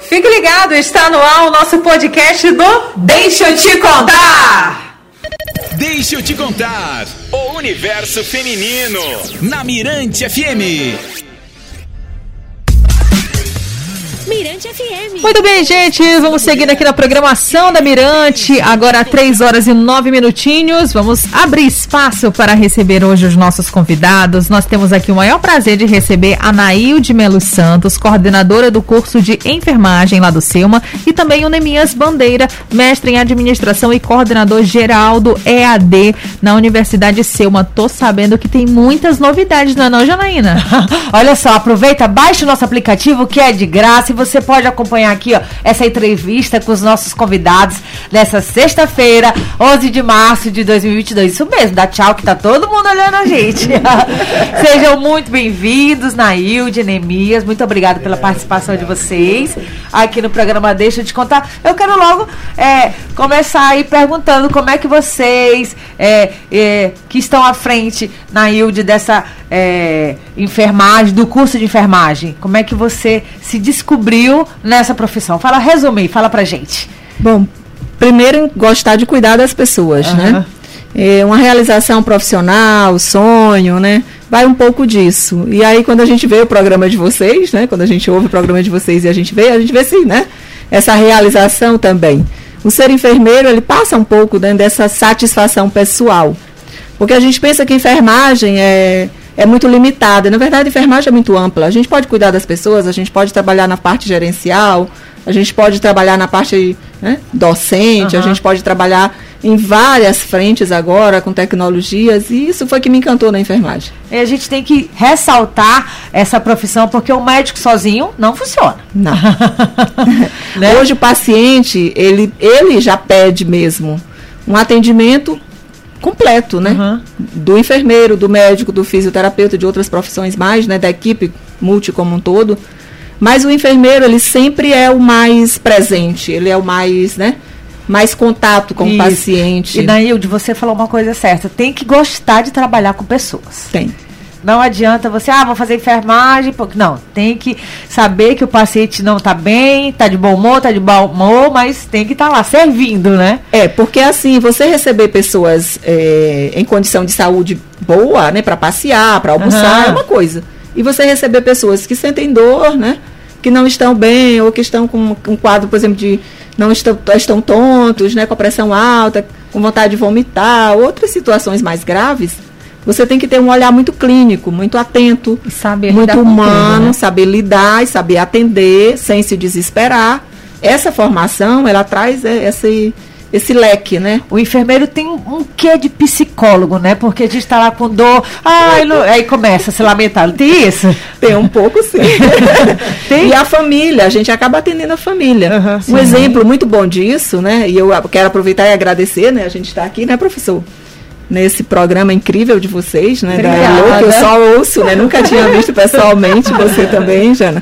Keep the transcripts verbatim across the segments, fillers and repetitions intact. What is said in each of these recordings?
Fique ligado, está no ar o nosso podcast do Deixa Eu Te Contar. Deixa eu te contar, o universo feminino, na Mirante F M. Mirante F M. Muito bem, gente, vamos seguindo aqui na programação da Mirante, agora três horas e nove minutinhos, vamos abrir espaço para receber hoje os nossos convidados. Nós temos aqui o maior prazer de receber a Nailde Melo Santos, coordenadora do curso de enfermagem lá do Selma, e também o Nemias Bandeira, mestre em administração e coordenador geral do E A D na Universidade Selma. Tô sabendo que tem muitas novidades, não é não, Janaína? Olha só, aproveita, baixe o nosso aplicativo que é de graça e você pode acompanhar aqui, ó, essa entrevista com os nossos convidados nessa sexta-feira, onze de março de dois mil e vinte e dois. Isso mesmo, dá tchau que tá todo mundo olhando a gente. Sejam muito bem-vindos, Nailde, Nemias, muito obrigada pela participação de vocês aqui no programa Deixa Eu Te Contar. Eu quero logo é, começar aí perguntando como é que vocês é, é, que estão à frente, Nailde, dessa é, enfermagem, do curso de enfermagem, como é que você se descobriu nessa profissão? Fala, resume, fala pra gente. Bom, primeiro gostar de cuidar das pessoas, uhum. né? É uma realização profissional, sonho, né? Vai um pouco disso. E aí quando a gente vê o programa de vocês, né? Quando a gente ouve o programa de vocês e a gente vê, a gente vê sim, né? Essa realização também. O ser enfermeiro, ele passa um pouco, né, dessa satisfação pessoal. Porque a gente pensa que enfermagem é... é muito limitada. Na verdade, a enfermagem é muito ampla. A gente pode cuidar das pessoas, a gente pode trabalhar na parte gerencial, a gente pode trabalhar na parte, né, docente, uhum. a gente pode trabalhar em várias frentes agora, com tecnologias, e isso foi que me encantou na enfermagem. E a gente tem que ressaltar essa profissão, porque o médico sozinho não funciona. Não. né? Hoje o paciente, ele, ele já pede mesmo um atendimento completo, né? Uhum. Do enfermeiro, do médico, do fisioterapeuta, de outras profissões mais, né? Da equipe multi como um todo. Mas o enfermeiro, ele sempre é o mais presente, ele é o mais, né? Mais contato com Isso. o paciente. E Nailde, você falou uma coisa certa, tem que gostar de trabalhar com pessoas. Tem. Não adianta você, ah, vou fazer enfermagem, porque não, tem que saber que o paciente não está bem, está de bom humor, está de bom humor, mas tem que estar tá lá servindo, né? É, porque assim, você receber pessoas é, em condição de saúde boa, né, para passear, para almoçar, uhum. é uma coisa. E você receber pessoas que sentem dor, né, que não estão bem, ou que estão com um quadro, por exemplo, de não estão, estão tontos, né, com a pressão alta, com vontade de vomitar, outras situações mais graves. Você tem que ter um olhar muito clínico, muito atento, saber muito humano, tudo, né? saber lidar e saber atender sem se desesperar. Essa formação, ela traz esse, esse leque, né? O enfermeiro tem um, um quê de psicólogo, né? Porque a gente está lá com dor, ai, não, aí começa a se lamentar. Tem isso? Tem um pouco, sim. Tem? E a família, a gente acaba atendendo a família. Uhum, um exemplo muito bom disso, né? E eu quero aproveitar e agradecer, né? A gente está aqui, né, professor? Nesse programa incrível de vocês, né? Obrigada. Da Elô, que eu só ouço, né? Nunca tinha visto pessoalmente, você também, Jana.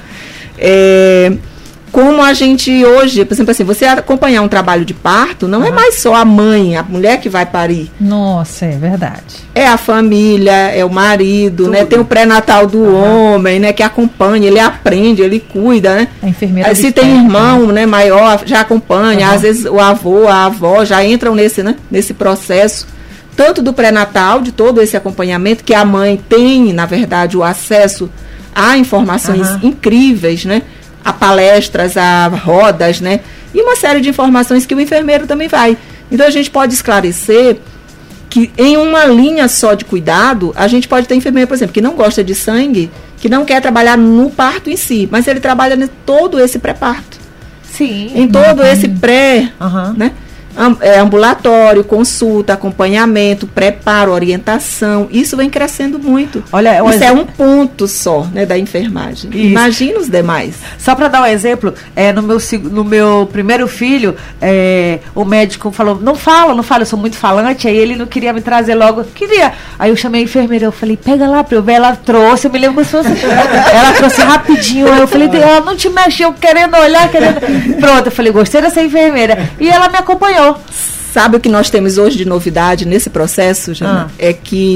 É, como a gente hoje, por exemplo assim, você acompanhar um trabalho de parto, não ah. é mais só a mãe, a mulher que vai parir. Nossa, é verdade. É a família, é o marido, Tudo. né? Tem o pré-natal do ah. homem, né? Que acompanha, ele aprende, ele cuida, né? A enfermeira. Se tem perto, irmão, né? Maior, já acompanha, uhum. às vezes o avô, a avó já entram nesse, né? Nesse processo. Tanto do pré-natal, de todo esse acompanhamento, que a mãe tem, na verdade, o acesso a informações uhum. incríveis, né? A palestras, a rodas, né? E uma série de informações que o enfermeiro também vai. Então, a gente pode esclarecer que em uma linha só de cuidado, a gente pode ter enfermeiro, por exemplo, que não gosta de sangue, que não quer trabalhar no parto em si, mas ele trabalha em todo esse pré-parto. Sim. Em todo uhum. esse pré, uhum. né? É, ambulatório, consulta, acompanhamento, preparo, orientação, isso vem crescendo muito. Olha, um isso exemplo... é um ponto só, né, da enfermagem. Isso. Imagina os demais. Só para dar um exemplo, é, no, meu, no meu primeiro filho, é, o médico falou, não fala, não fala, eu sou muito falante, aí ele não queria me trazer logo, queria. Aí eu chamei a enfermeira, eu falei, pega lá pra eu ver, ela trouxe, eu me lembro que fosse, ela trouxe rapidinho, aí eu falei, ela não te mexeu, querendo olhar, querendo... Pronto, eu falei, gostei dessa enfermeira. E ela me acompanhou. Sabe o que nós temos hoje de novidade nesse processo, Jana? Ah. É que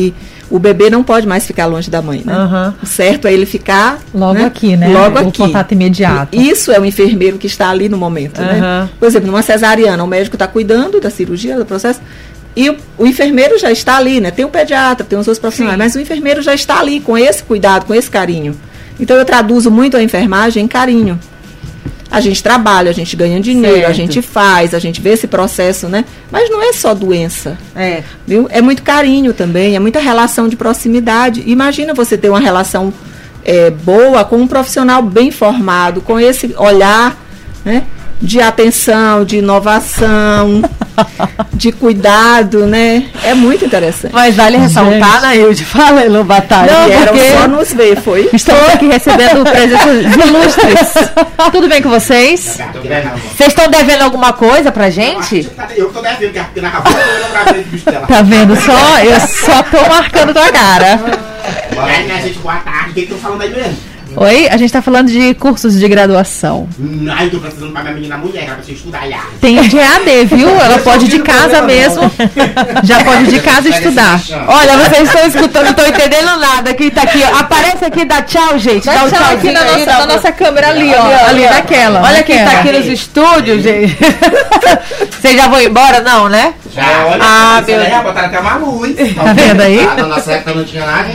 o bebê não pode mais ficar longe da mãe, né? Uhum. O certo é ele ficar... Logo né? aqui, né? Logo o aqui. O contato imediato. Isso é o enfermeiro que está ali no momento, Uhum. né? Por exemplo, numa cesariana, o médico está cuidando da cirurgia, do processo, e o, o enfermeiro já está ali, né? Tem o pediatra, tem os outros profissionais, Sim. mas o enfermeiro já está ali com esse cuidado, com esse carinho. Então, eu traduzo muito a enfermagem em carinho. A gente trabalha, a gente ganha dinheiro, certo. a gente faz, a gente vê esse processo, né? Mas não é só doença, é. viu? É muito carinho também, é muita relação de proximidade. Imagina você ter uma relação é, boa com um profissional bem formado, com esse olhar, né? De atenção, de inovação, de cuidado, né? É muito interessante. Mas vale ressaltar, Nailde, fala, Elô Batalha. Não, vieram só nos ver, foi? Estamos aqui recebendo presenças ilustres. Tudo bem com vocês? Vocês estão devendo alguma coisa pra gente? Eu tô devendo, porque na rua eu não gravei esse bicho dela. Tá vendo só? Eu só tô marcando tua cara. Aí, né, gente, boa tarde. O que estão falando aí mesmo? Oi, a gente tá falando de cursos de graduação. Hum, ai, tô precisando pra minha menina mulher, pra você estudar já. Tem de E A D, viu? Ela pode ir de casa mesmo. Já pode ir de casa estudar. Olha, vocês estão escutando, não estão entendendo nada. Quem tá aqui, ó. Aparece aqui, dá tchau, gente. Dá, dá um tchau aqui na nossa, na nossa câmera ali, ó. Ali, ali naquela. Olha quem naquela. tá aqui nos estúdios, gente. Vocês já vão embora, não, né? Já, olha. Ah, meu Deus. Já botaram até uma luz. Tá vendo aí? Ah, na nossa época não tinha nada.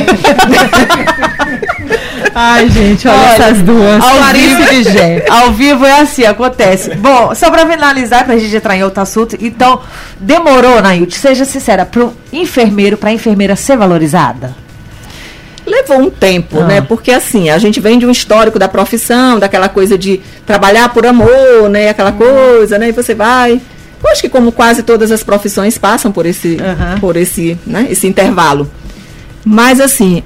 Ai, gente, olha, olha essas duas. Ao Clarice vivo, de Gé. Ao vivo é assim, acontece. Bom, só pra finalizar, pra gente entrar em outro assunto, então, demorou, Nailde, seja sincera, pro enfermeiro, pra enfermeira ser valorizada? Levou um tempo, ah. né? Porque assim, a gente vem de um histórico da profissão, daquela coisa de trabalhar por amor, né? Aquela hum. coisa, né? E você vai... Eu acho que como quase todas as profissões passam por esse, uhum. por esse, né? esse intervalo. Mas assim...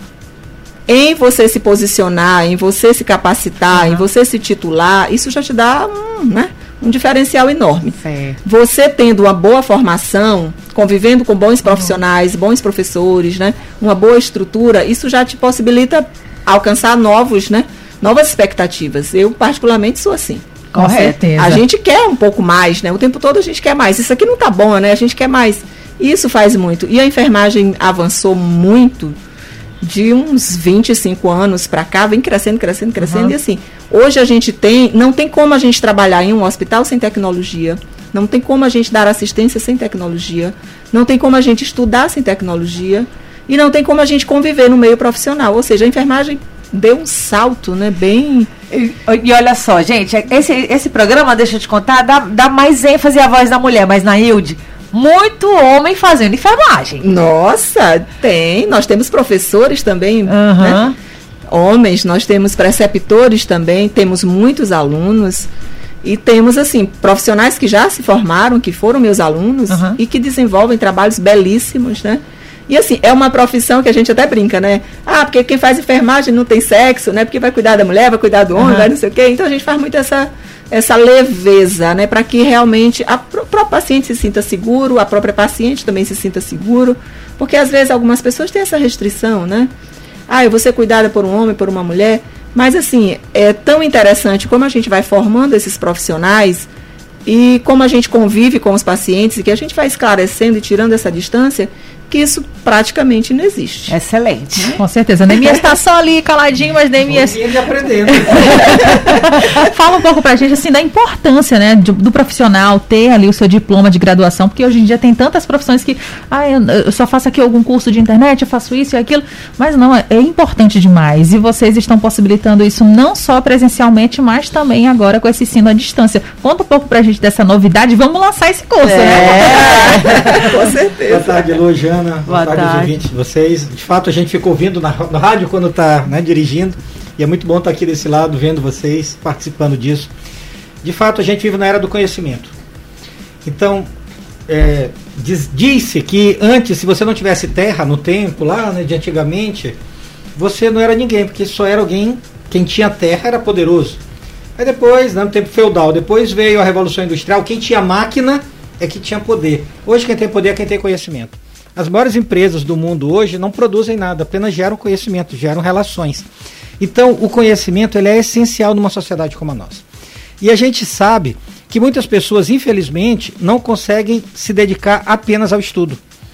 Em você se posicionar, em você se capacitar, uhum. em você se titular, isso já te dá um, né, um diferencial enorme. Certo. Você tendo uma boa formação, convivendo com bons profissionais, uhum. bons professores, né, uma boa estrutura, isso já te possibilita alcançar novos, né, novas expectativas. Eu, particularmente, sou assim. Com certeza. A gente quer um pouco mais, né? O tempo todo a gente quer mais. Isso aqui não tá bom, né? A gente quer mais. Isso faz muito. E a enfermagem avançou muito de uns vinte e cinco anos para cá, vem crescendo, crescendo, crescendo, uhum. e assim, hoje a gente tem, não tem como a gente trabalhar em um hospital sem tecnologia, não tem como a gente dar assistência sem tecnologia, não tem como a gente estudar sem tecnologia, e não tem como a gente conviver no meio profissional, ou seja, a enfermagem deu um salto, né, bem... E, e olha só, gente, esse, esse programa, deixa eu te contar, dá, dá mais ênfase à voz da mulher, mas Nailde, muito homem fazendo enfermagem. Nossa, tem. Nós temos professores também, uhum. né? Homens, nós temos preceptores também, temos muitos alunos e temos, assim, profissionais que já se formaram, que foram meus alunos uhum. e que desenvolvem trabalhos belíssimos, né? E, assim, é uma profissão que a gente até brinca, né? Ah, porque quem faz enfermagem não tem sexo, né? Porque vai cuidar da mulher, vai cuidar do homem, uhum. vai não sei o quê. Então, a gente faz muito essa... essa leveza, né, para que realmente a pró- próprio paciente se sinta seguro, a própria paciente também se sinta seguro, porque às vezes algumas pessoas têm essa restrição, né? Ah, eu vou ser cuidada por um homem, por uma mulher, mas assim, é tão interessante como a gente vai formando esses profissionais e como a gente convive com os pacientes e que a gente vai esclarecendo e tirando essa distância, que isso praticamente não existe. Excelente. Com certeza. Neemias está só ali caladinho, mas Neemias... Ele aprendendo. Fala um pouco pra gente, assim, da importância, né, do, do profissional ter ali o seu diploma de graduação, porque hoje em dia tem tantas profissões que, ah, eu, eu só faço aqui algum curso de internet, eu faço isso e aquilo, mas não, é, é importante demais. E vocês estão possibilitando isso não só presencialmente, mas também agora com esse ensino à distância. Conta um pouco pra gente dessa novidade, vamos lançar esse curso, é. né? Com certeza. Boa tarde, Elô, Jana. Boa, Boa tarde, tarde. aos ouvintes de vocês. De fato, a gente fica ouvindo na, no rádio quando está, né, dirigindo, e é muito bom estar aqui desse lado, vendo vocês, participando disso. De fato, a gente vive na era do conhecimento. Então, é, diz, disse que antes, se você não tivesse terra no tempo, lá, né, de antigamente, você não era ninguém, porque só era alguém, quem tinha terra era poderoso. Aí depois, né, no tempo feudal, depois veio a Revolução Industrial, quem tinha máquina é que tinha poder. Hoje quem tem poder é quem tem conhecimento. As maiores empresas do mundo hoje não produzem nada, apenas geram conhecimento, geram relações. Então o conhecimento ele é essencial numa sociedade como a nossa. E a gente sabe que muitas pessoas, infelizmente, não conseguem se dedicar apenas ao estudo.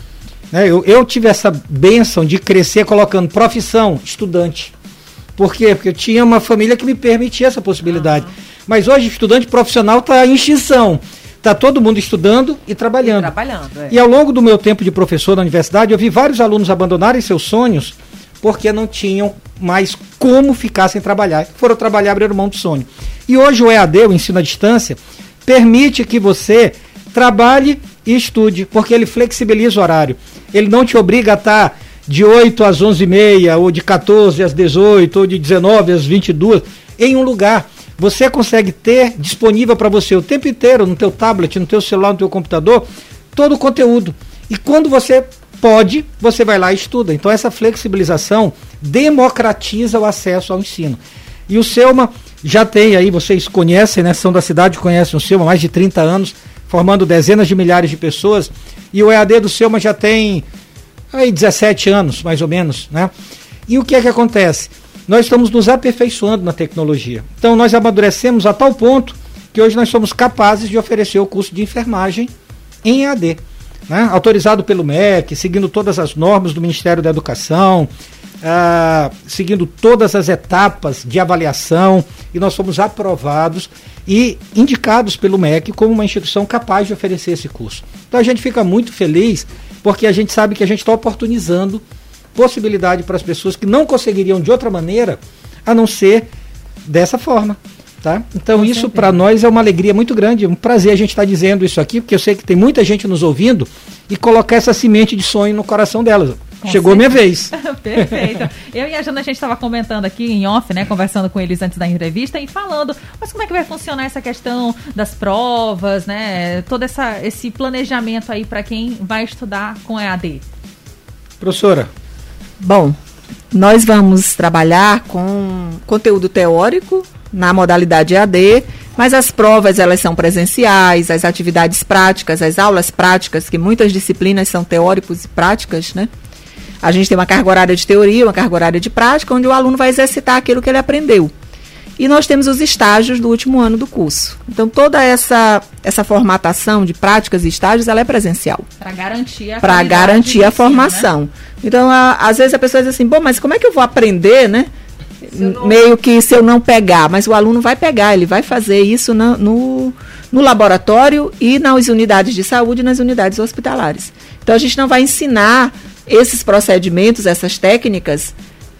Né? Eu, eu tive essa bênção de crescer colocando profissão, estudante. Por quê? Porque eu tinha uma família que me permitia essa possibilidade. Uhum. Mas hoje, estudante profissional está em extinção. Está todo mundo estudando e trabalhando. E, trabalhando é. e ao longo do meu tempo de professor na universidade, eu vi vários alunos abandonarem seus sonhos porque não tinham mais como ficar sem trabalhar. Foram trabalhar, abriram mão do sonho. E hoje o E A D, o ensino à distância, permite que você trabalhe e estude, porque ele flexibiliza o horário. Ele não te obriga a estar de oito às onze e meia, ou de quatorze às dezoito, ou de dezenove às vinte e duas, em um lugar. Você consegue ter disponível para você o tempo inteiro, no teu tablet, no teu celular, no teu computador, todo o conteúdo. E quando você pode, você vai lá e estuda. Então essa flexibilização democratiza o acesso ao ensino. E o Selma já tem aí, vocês conhecem, né? São da cidade, conhecem o Selma há mais de trinta anos, formando dezenas de milhares de pessoas. E o E A D do Selma já tem aí dezessete anos, mais ou menos, né? E o que é que acontece? Nós estamos nos aperfeiçoando na tecnologia. Então nós amadurecemos a tal ponto que hoje nós somos capazes de oferecer o curso de enfermagem em E A D, né? Autorizado pelo M E C, seguindo todas as normas do Ministério da Educação, ah, seguindo todas as etapas de avaliação, e nós fomos aprovados e indicados pelo M E C como uma instituição capaz de oferecer esse curso. Então a gente fica muito feliz porque a gente sabe que a gente está oportunizando possibilidade para as pessoas que não conseguiriam de outra maneira, a não ser dessa forma. Tá? Então, com isso para nós é uma alegria muito grande, um prazer a gente estar tá dizendo isso aqui, porque eu sei que tem muita gente nos ouvindo e colocar essa semente de sonho no coração delas. Com Chegou a minha vez. Perfeito. Eu e a Jana, a gente estava comentando aqui em off, né, conversando com eles antes da entrevista e falando, mas como é que vai funcionar essa questão das provas, né, todo essa, esse planejamento aí para quem vai estudar com E A D? Professora. Bom, nós vamos trabalhar com conteúdo teórico na modalidade E A D, mas as provas elas são presenciais, as atividades práticas, as aulas práticas, que muitas disciplinas são teóricos e práticas, né? A gente tem uma carga horária de teoria, uma carga horária de prática, onde o aluno vai exercitar aquilo que ele aprendeu. E nós temos os estágios do último ano do curso. Então, toda essa, essa formatação de práticas e estágios, ela é presencial. Para garantir a Para garantir a formação. Né? Então, a, às vezes a pessoa diz assim, bom, mas como é que eu vou aprender, né? Não... Meio que se eu não pegar, mas o aluno vai pegar, ele vai fazer isso no, no, no laboratório e nas unidades de saúde e nas unidades hospitalares. Então, a gente não vai ensinar esses procedimentos, essas técnicas,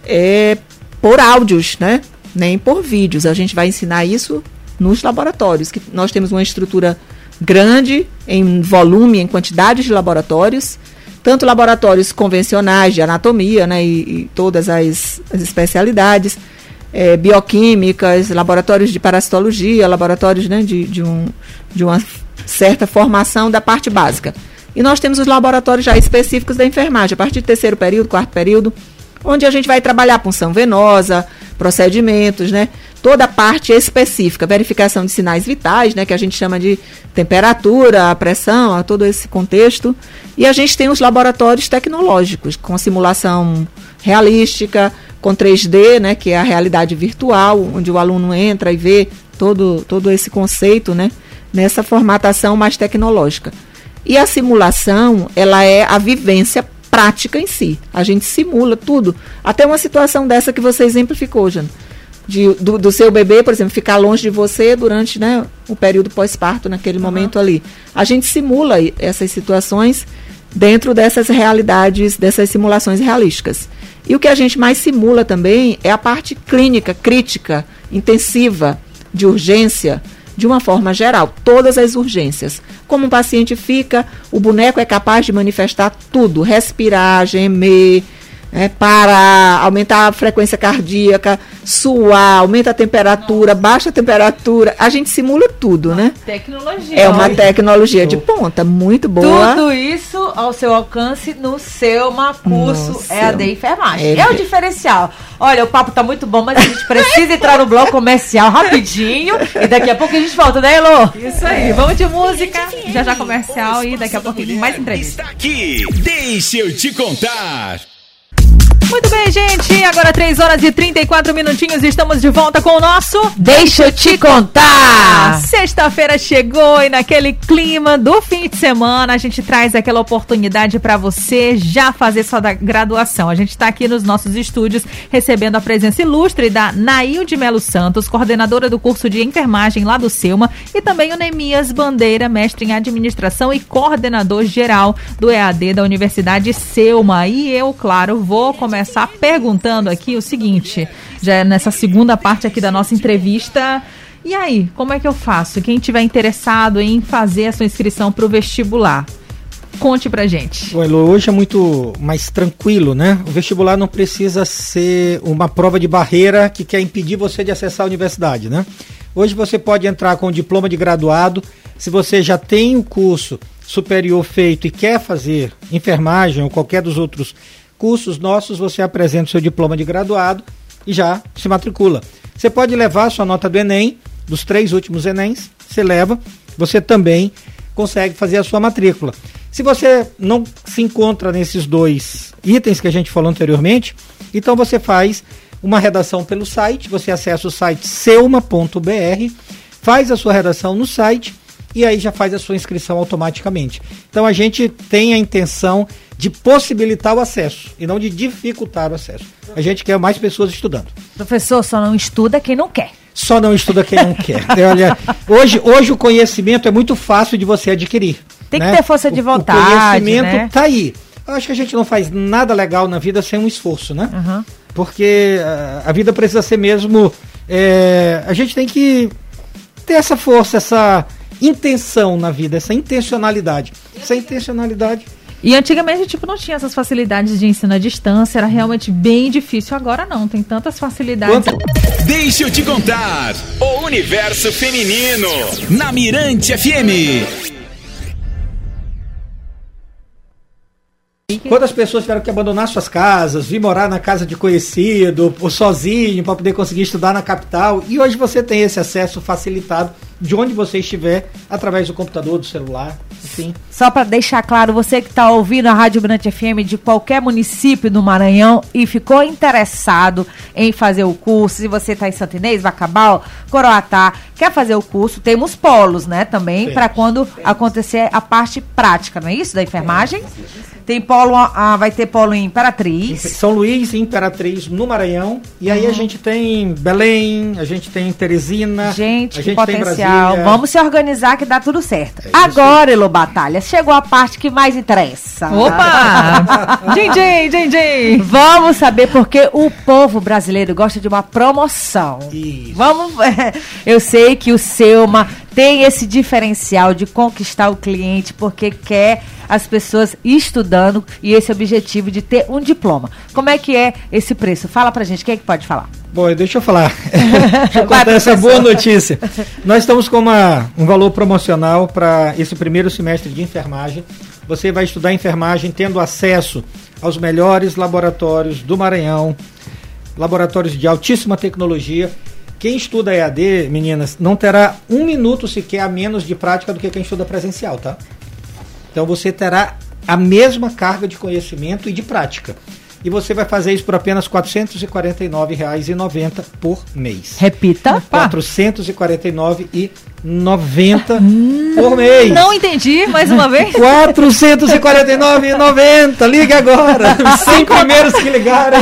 é, por áudios, né? Nem por vídeos. A gente vai ensinar isso nos laboratórios, que nós temos uma estrutura grande em volume, em quantidade de laboratórios, tanto laboratórios convencionais de anatomia, né, e, e todas as, as especialidades, é, bioquímicas, laboratórios de parasitologia, laboratórios, né, de, de, um, de uma certa formação da parte básica. E nós temos os laboratórios já específicos da enfermagem, a partir do terceiro período, quarto período, onde a gente vai trabalhar punção venosa, procedimentos, né? Toda a parte específica, verificação de sinais vitais, né? Que a gente chama de temperatura, a pressão, a todo esse contexto. E a gente tem os laboratórios tecnológicos, com simulação realística, com três D, né? Que é a realidade virtual, onde o aluno entra e vê todo, todo esse conceito, né? Nessa formatação mais tecnológica. E a simulação, ela é a vivência prática em si. A gente simula tudo. Até uma situação dessa que você exemplificou, Jana. De, do, do seu bebê, por exemplo, ficar longe de você durante, né, o período pós-parto, naquele uhum. momento ali. A gente simula essas situações dentro dessas realidades, dessas simulações realísticas. E o que a gente mais simula também é a parte clínica, crítica, intensiva, de urgência, de uma forma geral, todas as urgências. Como o paciente fica, o boneco é capaz de manifestar tudo, respirar, gemer, é, parar, aumentar a frequência cardíaca, suar, aumenta a temperatura, Nossa. baixa a temperatura, a gente simula tudo, né? Tecnologia. É uma tecnologia de ponta, muito boa. Tudo isso ao seu alcance no Selma curso Nossa. E A D Enfermagem. É, é o diferencial. Olha, o papo tá muito bom, mas a gente precisa entrar no bloco comercial rapidinho e daqui a pouco a gente volta, né, Elô? Isso aí, vamos de música, já já comercial e daqui a pouquinho mais entrevista. Está aqui, deixa eu te contar. Muito bem, gente. Agora três horas e trinta e quatro minutinhos. Estamos de volta com o nosso Deixa eu te contar. Sexta-feira chegou e naquele clima do fim de semana a gente traz aquela oportunidade para você já fazer sua graduação. A gente está aqui nos nossos estúdios recebendo a presença ilustre da Nailde Melo Santos, coordenadora do curso de enfermagem lá do Selma, e também o Neemias Bandeira, mestre em administração e coordenador geral do E A D da Universidade Selma. E eu, claro, vou começar perguntando aqui o seguinte, já nessa segunda parte aqui da nossa entrevista. E aí, como é que eu faço? Quem tiver interessado em fazer a sua inscrição para o vestibular, conte pra gente. Bom, Elô, hoje é muito mais tranquilo, né? O vestibular não precisa ser uma prova de barreira que quer impedir você de acessar a universidade, né? Hoje você pode entrar com o diploma de graduado. Se você já tem o curso superior feito e quer fazer enfermagem ou qualquer dos outros cursos nossos, você apresenta o seu diploma de graduado e já se matricula. Você pode levar a sua nota do Enem, dos três últimos Enems, você leva, você também consegue fazer a sua matrícula. Se você não se encontra nesses dois itens que a gente falou anteriormente, então você faz uma redação pelo site, você acessa o site selma ponto b r, faz a sua redação no site e aí já faz a sua inscrição automaticamente. Então a gente tem a intenção de possibilitar o acesso e não de dificultar o acesso. A gente quer mais pessoas estudando. Professor, só não estuda quem não quer. Só não estuda quem não quer. Olha, hoje, hoje o conhecimento é muito fácil de você adquirir. Tem né? que ter força de vontade, o, o conhecimento né? tá aí. Eu acho que a gente não faz nada legal na vida sem um esforço, né? Uhum. Porque a, a vida precisa ser mesmo... É, a gente tem que ter essa força, essa intenção na vida, essa intencionalidade. Essa intencionalidade... E antigamente, tipo, não tinha essas facilidades de ensino à distância, era realmente bem difícil. Agora não, tem tantas facilidades. Quanto... Deixa eu te contar, o universo feminino, na Mirante F M. Quantas pessoas tiveram que abandonar suas casas, vir morar na casa de conhecido, ou sozinho, para poder conseguir estudar na capital, e hoje você tem esse acesso facilitado de onde você estiver, através do computador, do celular, enfim. Só para deixar claro, você que está ouvindo a Rádio Mirante F M de qualquer município do Maranhão e ficou interessado em fazer o curso, se você está em Santo Inês, Bacabal, Coroatá, quer fazer o curso, temos polos, né, também, para quando acontecer a parte prática, não é isso, da enfermagem? Tem polo, ah, vai ter polo em Imperatriz. São Luís e Imperatriz no Maranhão. E aí uhum. a gente tem Belém, a gente tem Teresina. Gente, a que gente potencial. Tem Vamos se organizar que dá tudo certo. É Agora, Elô Batalha, chegou a parte que mais interessa. Opa! Din, din, din, din. Vamos saber porque o povo brasileiro gosta de uma promoção. Isso. Vamos. Eu sei que o Selma tem esse diferencial de conquistar o cliente porque quer as pessoas estudando e esse objetivo de ter um diploma. Como é que é esse preço? Fala pra gente, quem é que pode falar? Bom, deixa eu falar. Deixa eu contar essa boa notícia. Nós estamos com uma, um valor promocional para esse primeiro semestre de enfermagem. Você vai estudar enfermagem tendo acesso aos melhores laboratórios do Maranhão, laboratórios de altíssima tecnologia. Quem estuda E A D, meninas, não terá um minuto sequer a menos de prática do que quem estuda presencial, tá? Então você terá a mesma carga de conhecimento e de prática. E você vai fazer isso por apenas quatrocentos e quarenta e nove reais e noventa centavos por mês. Repita. quatrocentos e quarenta e nove reais e noventa centavos por mês. Não entendi, mais uma vez. quatrocentos e quarenta e nove reais e noventa centavos. Ligue agora. Os cinco primeiros que ligarem.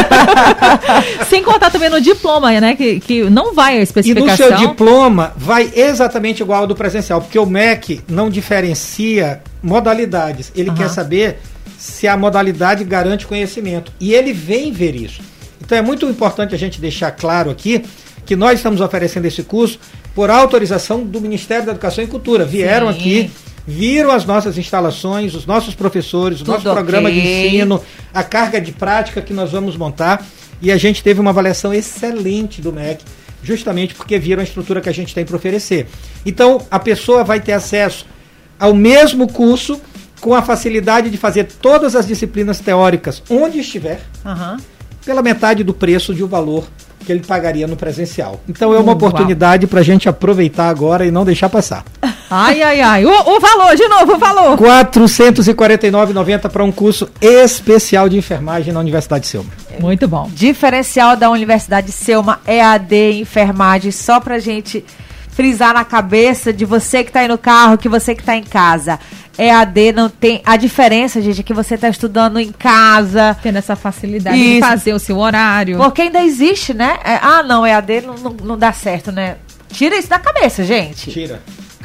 Sem contar também no diploma, né? Que, que não vai a especificação. E no seu diploma vai exatamente igual ao do presencial, porque o M E C não diferencia modalidades. Ele uhum. quer saber se a modalidade garante conhecimento. E ele vem ver isso. Então é muito importante a gente deixar claro aqui que nós estamos oferecendo esse curso por autorização do Ministério da Educação e Cultura. Vieram Sim. aqui, viram as nossas instalações, os nossos professores, o Tudo nosso programa okay. de ensino, a carga de prática que nós vamos montar. E a gente teve uma avaliação excelente do M E C, justamente porque viram a estrutura que a gente tem para oferecer. Então a pessoa vai ter acesso ao mesmo curso, com a facilidade de fazer todas as disciplinas teóricas onde estiver, uhum. pela metade do preço de o valor que que ele pagaria no presencial. Então é uma oportunidade para a gente aproveitar agora e não deixar passar. Ai, ai, ai. O, o valor, de novo, o valor. quatrocentos e quarenta e nove reais e noventa centavos para um curso especial de enfermagem na Universidade Selma. Muito bom. Diferencial da Universidade Selma, E A D enfermagem, só pra gente frisar na cabeça de você que tá aí no carro, que você que tá em casa. E A D não tem... A diferença, gente, é que você tá estudando em casa. Tendo essa facilidade Isso. de fazer o seu horário. Porque ainda existe, né? É, ah, não, E A D não, não, não dá certo, né? Tira isso da cabeça, gente. Tira.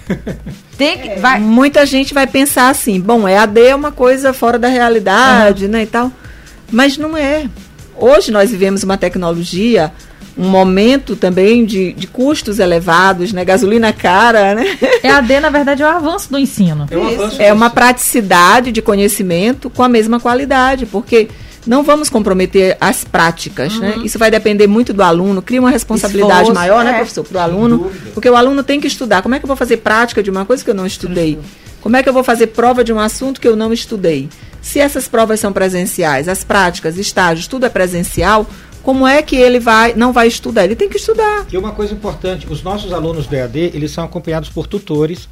Tem que... Vai... Muita gente vai pensar assim, bom, E A D é uma coisa fora da realidade, uhum. né, e tal. Mas não é. Hoje nós vivemos uma tecnologia, um momento também de, de custos elevados, né? Gasolina cara, né? E A D, na verdade, é o avanço do ensino. É, um avanço é do uma ensino. praticidade de conhecimento com a mesma qualidade, porque não vamos comprometer as práticas, uhum. né? Isso vai depender muito do aluno, cria uma responsabilidade Esforço, maior, é. né, professor, para o aluno, porque o aluno tem que estudar. Como é que eu vou fazer prática de uma coisa que eu não estudei? Como é que eu vou fazer prova de um assunto que eu não estudei? Se essas provas são presenciais, as práticas, estágios, tudo é presencial, como é que ele vai, não vai estudar? Ele tem que estudar. E uma coisa importante, os nossos alunos do E A D, eles são acompanhados por tutores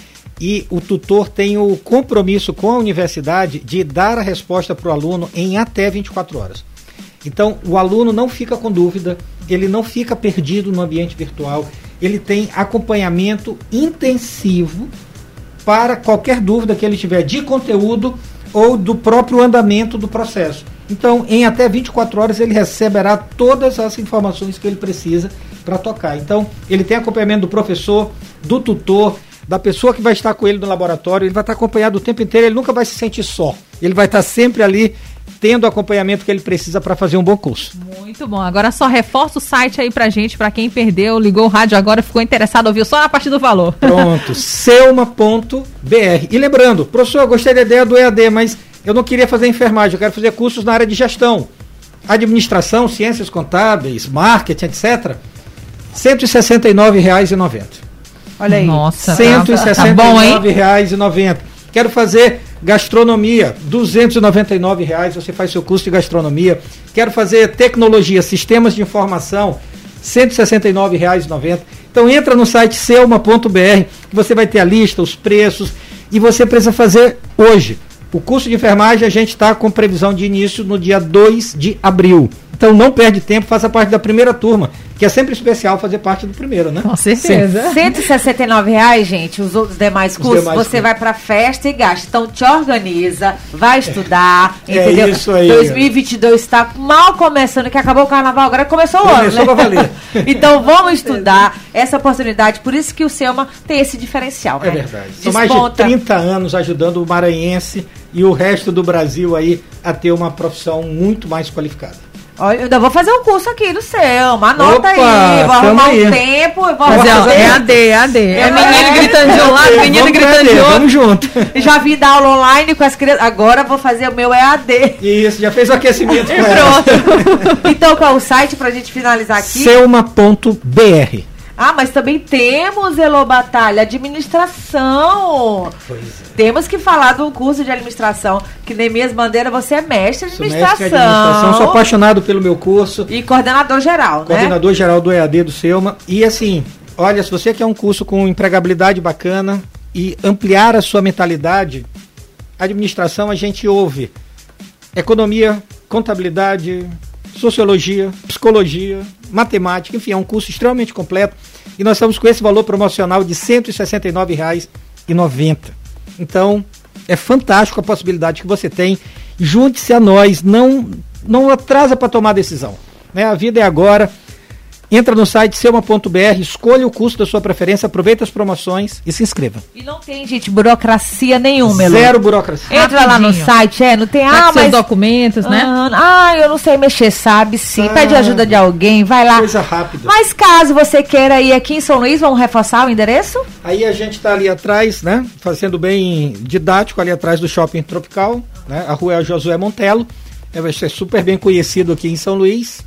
e o tutor tem o compromisso com a universidade de dar a resposta para o aluno em até vinte e quatro horas. Então, o aluno não fica com dúvida, ele não fica perdido no ambiente virtual, ele tem acompanhamento intensivo para qualquer dúvida que ele tiver de conteúdo ou do próprio andamento do processo. Então, em até vinte e quatro horas, ele receberá todas as informações que ele precisa para tocar. Então, ele tem acompanhamento do professor, do tutor, da pessoa que vai estar com ele no laboratório, ele vai estar acompanhado o tempo inteiro, ele nunca vai se sentir só. Ele vai estar sempre ali, tendo o acompanhamento que ele precisa para fazer um bom curso. Muito bom. Agora só reforça o site aí pra gente, pra quem perdeu, ligou o rádio agora, ficou interessado, ouviu só na parte do valor. Pronto, selma ponto b r. E lembrando, professor, eu gostei da ideia do E A D, mas eu não queria fazer enfermagem, eu quero fazer cursos na área de gestão, administração, ciências contábeis, marketing, etcétera. cento e sessenta e nove reais e noventa centavos. Olha aí. Nossa, cento e sessenta e nove reais e noventa centavos. hein? Quero fazer gastronomia, duzentos e noventa e nove reais, você faz seu curso de gastronomia. Quero fazer tecnologia, sistemas de informação, cento e sessenta e nove reais e noventa centavos. Então entra no site selma ponto b r, que você vai ter a lista, os preços, e você precisa fazer hoje. O curso de enfermagem a gente está com previsão de início no dia dois de abril. Então não perde tempo, faça parte da primeira turma, que é sempre especial fazer parte do primeiro, né? Com certeza. cento e sessenta e nove reais, gente, os outros demais Os cursos, demais você cursos. vai pra festa e gasta. Então te organiza, vai estudar, É entendeu? isso aí. dois mil e vinte e dois está mal começando, que acabou o carnaval, agora começou o ano, Começou né? pra valer. Então vamos estudar essa oportunidade, por isso que o Selma tem esse diferencial, É né? verdade. São mais de Desponta. trinta anos ajudando o maranhense e o resto do Brasil aí a ter uma profissão muito mais qualificada. Olha, eu ainda vou fazer um curso aqui no Selma, anota Opa, aí, vou tamo arrumar aí. um tempo, eu vou Mas arrumar é, é um A D, é A D. É É, menino é, gritando de um lado, menino Vamos gritando pra de D, outro. Vamos junto. Já vi dar aula online com as crianças, agora vou fazer o meu E A D. Isso, já fez o aquecimento com ela. Pronto. Então, qual é o site pra gente finalizar aqui? selma ponto b r. Ah, mas também temos, Elô Batalha, administração. Pois é. Temos que falar do curso de administração, que nem minhas bandeiras, você é mestre de Sou mestre em administração. administração, sou apaixonado pelo meu curso, E coordenador geral, né? coordenador geral do E A D do Selma. E assim, olha, se você quer um curso com empregabilidade bacana e ampliar a sua mentalidade, administração a gente ouve economia, contabilidade, sociologia, psicologia, matemática, enfim, é um curso extremamente completo e nós estamos com esse valor promocional de cento e sessenta e nove reais e noventa centavos. Então, é fantástico a possibilidade que você tem. Junte-se a nós, não, não atrasa para tomar decisão, né? A vida é agora. Entra no site selma ponto b r, escolha o curso da sua preferência, aproveita as promoções e se inscreva. E não tem, gente, burocracia nenhuma, Elô. Zero burocracia. Entra lá no Rapidinho. site, é, não tem, Tá ah, com seus mas... documentos, né? Ah, ah, eu não sei mexer, sabe sim. Sabe. Pede ajuda de alguém, vai lá. Coisa rápida. Mas caso você queira ir aqui em São Luís, vamos reforçar o endereço? Aí a gente está ali atrás, né? Fazendo bem didático, ali atrás do Shopping Tropical, né? A rua é Josué Montelo. É, vai ser super bem conhecido aqui em São Luís.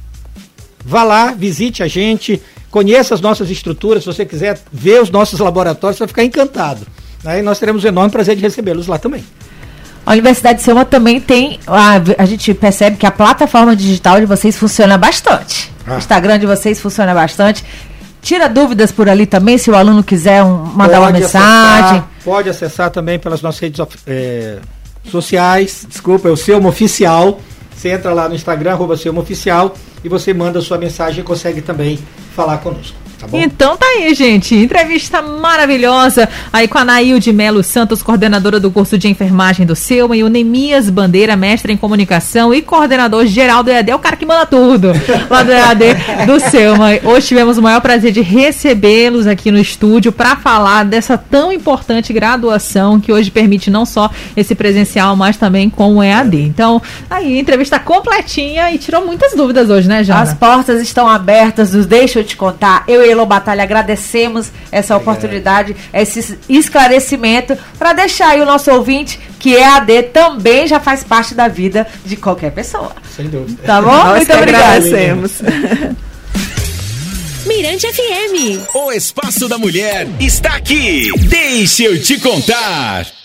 Vá lá, visite a gente, conheça as nossas estruturas. Se você quiser ver os nossos laboratórios, você vai ficar encantado. Aí nós teremos o enorme prazer de recebê-los lá também. A Universidade de Selma também tem, a, a gente percebe que a plataforma digital de vocês funciona bastante. Ah. O Instagram de vocês funciona bastante. tira dúvidas por ali também, se o aluno quiser um, mandar Pode uma mensagem. Acessar, pode acessar também pelas nossas redes é, sociais, desculpa, é o Selma Oficial. Você entra lá no Instagram, arroba Selma Oficial, e você manda a sua mensagem e consegue também falar conosco. Tá bom? Então tá aí, gente. Entrevista maravilhosa aí com a Nailde Melo Santos, coordenadora do curso de enfermagem do Selma, e o Nemias Bandeira, mestre em comunicação e coordenador geral do E A D, é o cara que manda tudo lá do E A D do Selma. Hoje tivemos o maior prazer de recebê-los aqui no estúdio para falar dessa tão importante graduação que hoje permite não só esse presencial, mas também com o E A D. Então, aí, entrevista completinha e tirou muitas dúvidas hoje, né, Jana? As portas estão abertas, nos deixa eu te contar. Eu e Elô Batalha agradecemos essa oportunidade, esse esclarecimento, para deixar aí o nosso ouvinte que E A D também já faz parte da vida de qualquer pessoa. Sem dúvida. Tá bom? Nós Muito que obrigada. agradecemos. Mirante F M. O Espaço da Mulher está aqui. Deixa eu te contar.